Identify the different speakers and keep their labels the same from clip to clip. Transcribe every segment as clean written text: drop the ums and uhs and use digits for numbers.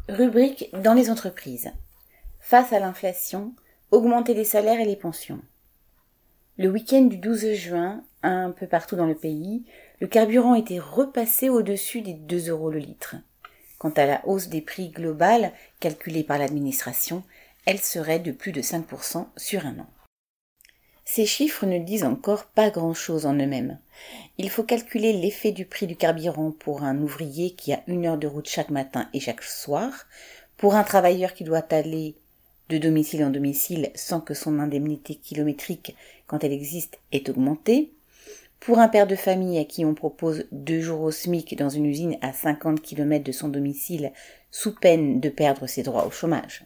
Speaker 1: Rubrique dans les entreprises. Face à l'inflation, augmenter les salaires et les pensions. Le week-end du 12 juin, un peu partout dans le pays, le carburant était repassé au-dessus des 2 € le litre. Quant à la hausse des prix globale, calculée par l'administration, elle serait de plus de 5% sur un an. Ces chiffres ne disent encore pas grand-chose en eux-mêmes. Il faut calculer l'effet du prix du carburant pour un ouvrier qui a 1 heure de route chaque matin et chaque soir, pour un travailleur qui doit aller de domicile en domicile sans que son indemnité kilométrique, quand elle existe, ait augmenté, pour un père de famille à qui on propose 2 jours au SMIC dans une usine à 50 km de son domicile sous peine de perdre ses droits au chômage.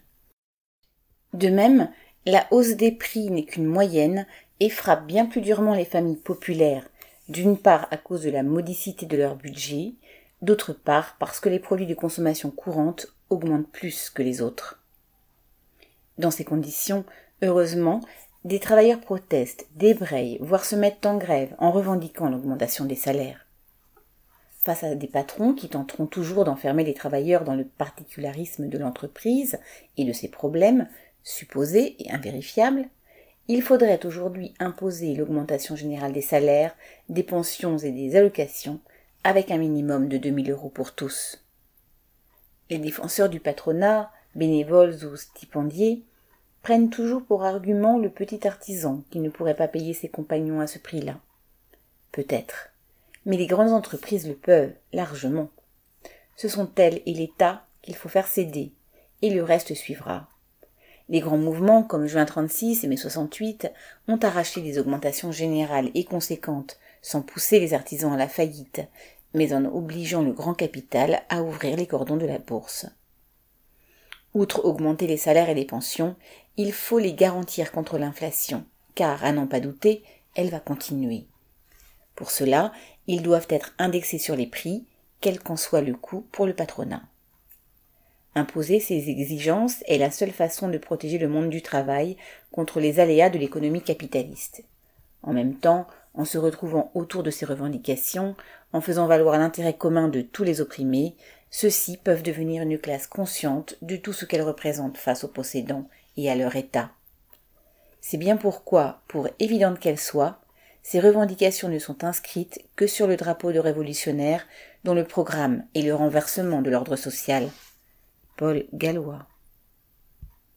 Speaker 1: De même, la hausse des prix n'est qu'une moyenne et frappe bien plus durement les familles populaires, d'une part à cause de la modicité de leur budget, d'autre part parce que les produits de consommation courante augmentent plus que les autres. Dans ces conditions, heureusement, des travailleurs protestent, débrayent, voire se mettent en grève en revendiquant l'augmentation des salaires. Face à des patrons qui tenteront toujours d'enfermer les travailleurs dans le particularisme de l'entreprise et de ses problèmes, supposés et invérifiables, il faudrait aujourd'hui imposer l'augmentation générale des salaires, des pensions et des allocations avec un minimum de 2 000 € pour tous. Les défenseurs du patronat, bénévoles ou stipendiés, prennent toujours pour argument le petit artisan qui ne pourrait pas payer ses compagnons à ce prix-là. Peut-être, mais les grandes entreprises le peuvent, largement. Ce sont elles et l'État qu'il faut faire céder, et le reste suivra. Les grands mouvements comme Juin 36 et Mai 68 ont arraché des augmentations générales et conséquentes sans pousser les artisans à la faillite, mais en obligeant le grand capital à ouvrir les cordons de la bourse. Outre augmenter les salaires et les pensions, il faut les garantir contre l'inflation, car, à n'en pas douter, elle va continuer. Pour cela, ils doivent être indexés sur les prix, quel qu'en soit le coût pour le patronat. Imposer ces exigences est la seule façon de protéger le monde du travail contre les aléas de l'économie capitaliste. En même temps, en se retrouvant autour de ces revendications, en faisant valoir l'intérêt commun de tous les opprimés, ceux-ci peuvent devenir une classe consciente de tout ce qu'elle représente face aux possédants et à leur état. C'est bien pourquoi, pour évidentes qu'elles soient, ces revendications ne sont inscrites que sur le drapeau de révolutionnaires dont le programme est le renversement de l'ordre social. Paul Gallois.